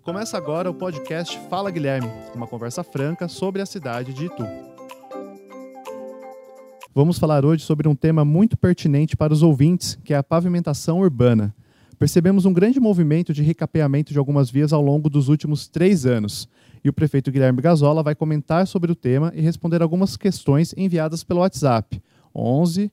Começa agora o podcast Fala Guilherme, uma conversa franca sobre a cidade de Itu. Vamos falar hoje sobre um tema muito pertinente para os ouvintes, que é a pavimentação urbana. Percebemos um grande movimento de recapeamento de algumas vias ao longo dos últimos 3 anos. E o prefeito Guilherme Gazzola vai comentar sobre o tema e responder algumas questões enviadas pelo WhatsApp 11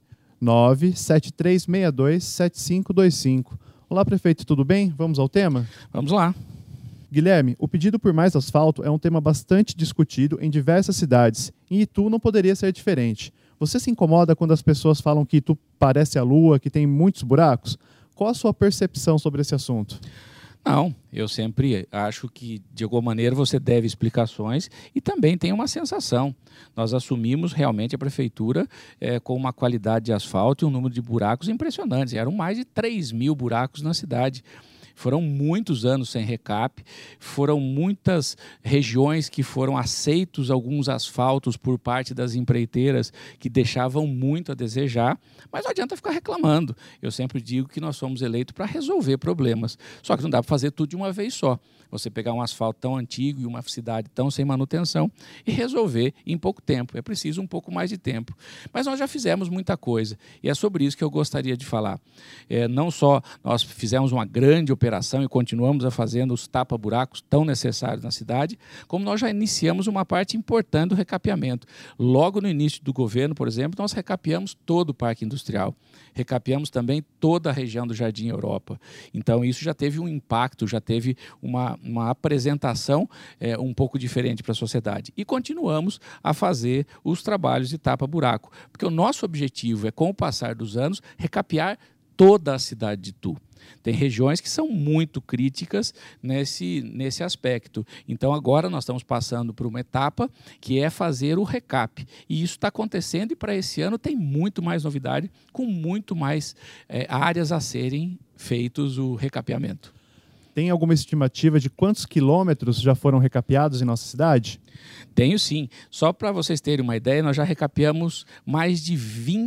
97362 7525. Olá, prefeito, tudo bem? Vamos ao tema? Vamos lá. Guilherme, o pedido por mais asfalto é um tema bastante discutido em diversas cidades. E Itu não poderia ser diferente. Você se incomoda quando as pessoas falam que Itu parece a Lua, que tem muitos buracos? Qual a sua percepção sobre esse assunto? Não, eu sempre acho que, de alguma maneira, você deve explicações e também tem uma sensação. Nós assumimos realmente a prefeitura com uma qualidade de asfalto e um número de buracos impressionantes. Eram mais de 3.000 buracos na cidade. Foram muitos anos sem recap, foram muitas regiões que foram aceitos alguns asfaltos por parte das empreiteiras que deixavam muito a desejar, mas não adianta ficar reclamando. Eu sempre digo que nós somos eleitos para resolver problemas, só que não dá para fazer tudo de uma vez só. Você pegar um asfalto tão antigo e uma cidade tão sem manutenção e resolver em pouco tempo. É preciso um pouco mais de tempo. Mas nós já fizemos muita coisa e é sobre isso que eu gostaria de falar. Não só nós fizemos uma grande operação e continuamos a fazendo os tapa-buracos tão necessários na cidade, como nós já iniciamos uma parte importante do recapeamento. Logo no início do governo, por exemplo, nós recapeamos todo o Parque Industrial. Recapeamos também toda a região do Jardim Europa. Então, isso já teve um impacto, já teve uma apresentação um pouco diferente para a sociedade. E continuamos a fazer os trabalhos de tapa-buraco, porque o nosso objetivo é, com o passar dos anos, recapear toda a cidade de Itu. Tem regiões que são muito críticas nesse aspecto. Então, agora nós estamos passando por uma etapa que é fazer o recap. E isso está acontecendo e para esse ano tem muito mais novidade, com muito mais áreas a serem feitos o recapeamento. Tem alguma estimativa de quantos quilômetros já foram recapeados em nossa cidade? Tenho sim. Só para vocês terem uma ideia, nós já recapeamos mais de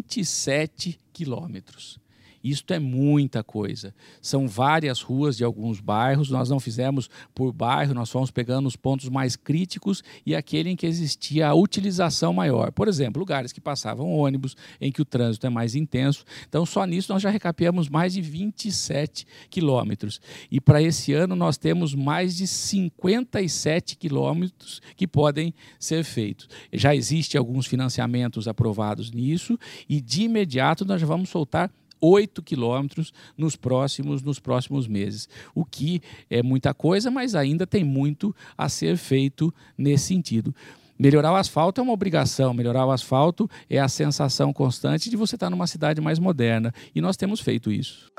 27 quilômetros. Isto é muita coisa. São várias ruas de alguns bairros, nós não fizemos por bairro, nós fomos pegando os pontos mais críticos e aquele em que existia a utilização maior. Por exemplo, lugares que passavam ônibus, em que o trânsito é mais intenso. Então, só nisso nós já recapeamos mais de 27 quilômetros. E para esse ano nós temos mais de 57 quilômetros que podem ser feitos. Já existem alguns financiamentos aprovados nisso e de imediato nós já vamos soltar 8 quilômetros nos próximos meses, o que é muita coisa, mas ainda tem muito a ser feito nesse sentido. Melhorar o asfalto é uma obrigação, melhorar o asfalto é a sensação constante de você estar numa cidade mais moderna, e nós temos feito isso.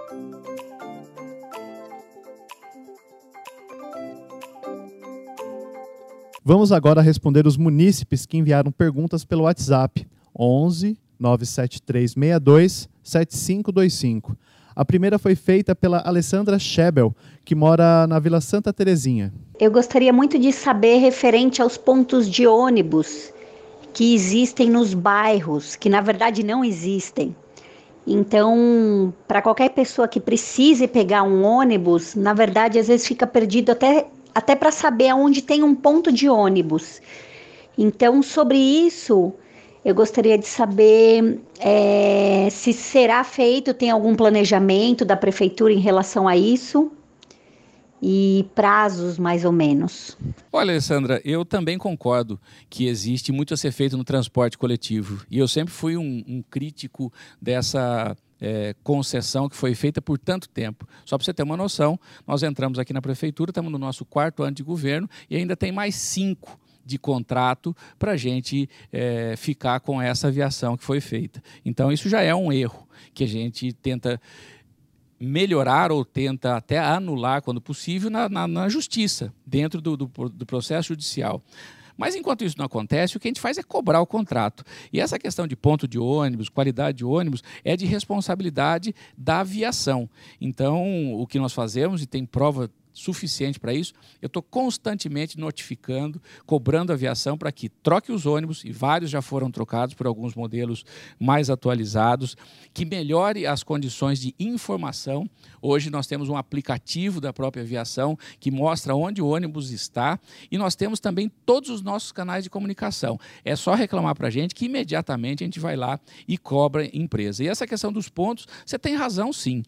Vamos agora responder os munícipes que enviaram perguntas pelo WhatsApp 11 97362 7525. A primeira foi feita pela Alessandra Schebel, que mora na Vila Santa Terezinha. Eu gostaria muito de saber referente aos pontos de ônibus que existem nos bairros, que na verdade não existem. Então, para qualquer pessoa que precise pegar um ônibus, na verdade às vezes fica perdido até para saber aonde tem um ponto de ônibus. Então, sobre isso, eu gostaria de saber se será feito, tem algum planejamento da prefeitura em relação a isso e prazos mais ou menos. Olha, Alessandra, eu também concordo que existe muito a ser feito no transporte coletivo e eu sempre fui um crítico dessa concessão que foi feita por tanto tempo. Só para você ter uma noção, nós entramos aqui na prefeitura, estamos no nosso 4º ano de governo e ainda tem mais 5 de contrato para a gente ficar com essa aviação que foi feita. Então, isso já é um erro que a gente tenta melhorar ou tenta até anular, quando possível, na justiça, dentro do processo judicial. Mas, enquanto isso não acontece, o que a gente faz é cobrar o contrato. E essa questão de ponto de ônibus, qualidade de ônibus, é de responsabilidade da aviação. Então, o que nós fazemos, e tem prova suficiente para isso, eu estou constantemente notificando, cobrando a aviação para que troque os ônibus, e vários já foram trocados por alguns modelos mais atualizados, que melhore as condições de informação. Hoje nós temos um aplicativo da própria aviação que mostra onde o ônibus está, e nós temos também todos os nossos canais de comunicação. É só reclamar para a gente que imediatamente a gente vai lá e cobra a empresa. E essa questão dos pontos, você tem razão sim.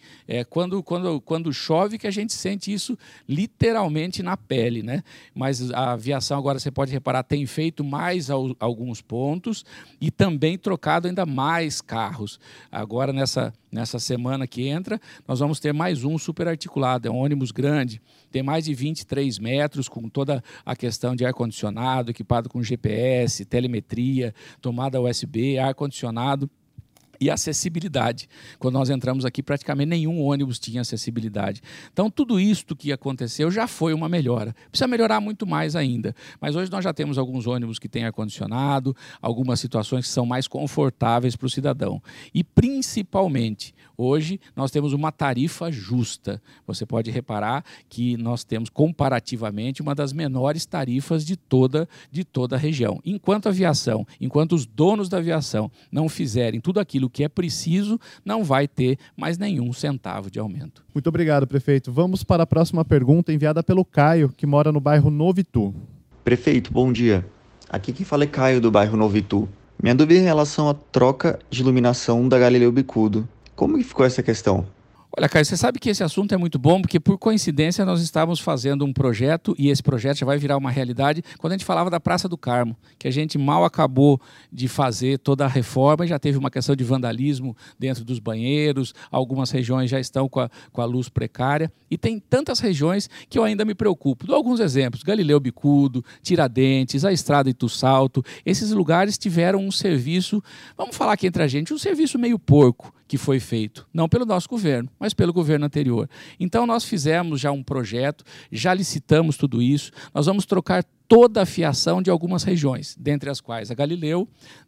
Quando chove que a gente sente isso literalmente na pele, né? Mas a aviação agora, você pode reparar, tem feito mais alguns pontos e também trocado ainda mais carros. Agora, nessa semana que entra, nós vamos ter mais um super articulado, é um ônibus grande, tem mais de 23 metros, com toda a questão de ar-condicionado, equipado com GPS, telemetria, tomada USB, ar-condicionado e acessibilidade. Quando nós entramos aqui, praticamente nenhum ônibus tinha acessibilidade. Então, tudo isto que aconteceu já foi uma melhora. Precisa melhorar muito mais ainda. Mas hoje nós já temos alguns ônibus que têm ar-condicionado, algumas situações que são mais confortáveis para o cidadão. E, principalmente, hoje nós temos uma tarifa justa. Você pode reparar que nós temos, comparativamente, uma das menores tarifas de toda a região. Enquanto a aviação, enquanto os donos da aviação não fizerem tudo aquilo que é preciso, não vai ter mais nenhum centavo de aumento. Muito obrigado, prefeito. Vamos para a próxima pergunta enviada pelo Caio, que mora no bairro Novo Itu. Prefeito, bom dia. Aqui quem fala é Caio, do bairro Novo Itu. Minha dúvida é em relação à troca de iluminação da Galileu Bicudo. Como que ficou essa questão? Olha, Caio, você sabe que esse assunto é muito bom, porque por coincidência nós estávamos fazendo um projeto, e esse projeto já vai virar uma realidade, quando a gente falava da Praça do Carmo, que a gente mal acabou de fazer toda a reforma, já teve uma questão de vandalismo dentro dos banheiros, algumas regiões já estão com a luz precária, e tem tantas regiões que eu ainda me preocupo. Dou alguns exemplos: Galileu Bicudo, Tiradentes, a Estrada Itu-Salto. Esses lugares tiveram um serviço, vamos falar aqui entre a gente, um serviço meio porco que foi feito, não pelo nosso governo, mas pelo governo anterior. Então nós fizemos já um projeto, já licitamos tudo isso, nós vamos trocar toda a fiação de algumas regiões, dentre as quais a Galileu,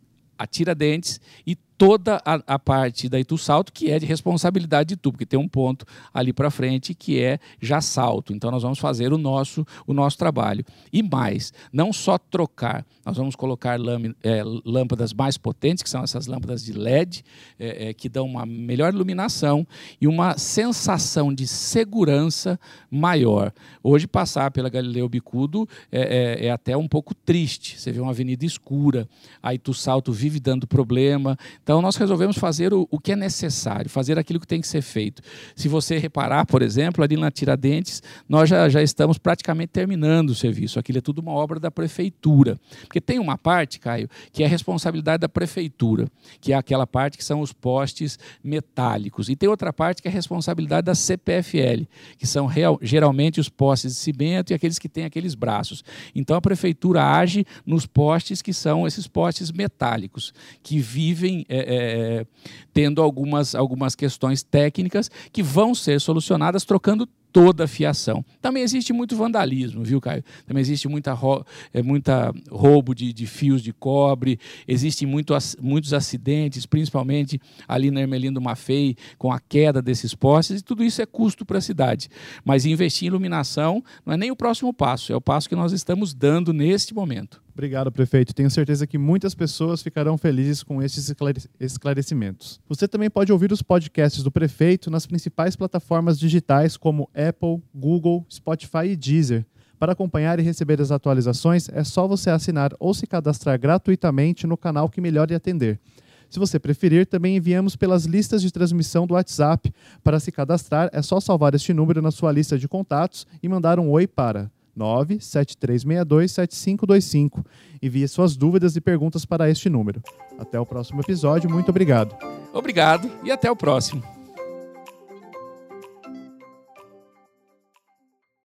a Tiradentes e toda a parte da Itu-Salto, que é de responsabilidade de Itu, porque tem um ponto ali para frente que é já salto. Então nós vamos fazer o nosso trabalho. E mais, não só trocar, nós vamos colocar lâmpadas mais potentes, que são essas lâmpadas de LED, que dão uma melhor iluminação e uma sensação de segurança maior. Hoje passar pela Galileu Bicudo é até um pouco triste. Você vê uma avenida escura, a Itu-Salto vive dando problema. Então, nós resolvemos fazer o que é necessário, fazer aquilo que tem que ser feito. Se você reparar, por exemplo, ali na Tiradentes, nós já estamos praticamente terminando o serviço. Aquilo é tudo uma obra da prefeitura. Porque tem uma parte, Caio, que é a responsabilidade da prefeitura, que é aquela parte que são os postes metálicos. E tem outra parte que é a responsabilidade da CPFL, que são geralmente os postes de cimento e aqueles que têm aqueles braços. Então, a prefeitura age nos postes que são esses postes metálicos, que vivem tendo algumas questões técnicas que vão ser solucionadas trocando toda a fiação. Também existe muito vandalismo, viu, Caio? Também existe muita roubo de fios de cobre, existem muitos acidentes, principalmente ali na Hermelindo Maffei, com a queda desses postes, e tudo isso é custo para a cidade. Mas investir em iluminação não é nem o próximo passo, é o passo que nós estamos dando neste momento. Obrigado, prefeito. Tenho certeza que muitas pessoas ficarão felizes com esses esclarecimentos. Você também pode ouvir os podcasts do prefeito nas principais plataformas digitais como Apple, Google, Spotify e Deezer. Para acompanhar e receber as atualizações, é só você assinar ou se cadastrar gratuitamente no canal que melhor lhe atender. Se você preferir, também enviamos pelas listas de transmissão do WhatsApp. Para se cadastrar, é só salvar este número na sua lista de contatos e mandar um oi para 973627525. Envie suas dúvidas e perguntas para este número. Até o próximo episódio. Muito obrigado. Obrigado e até o próximo.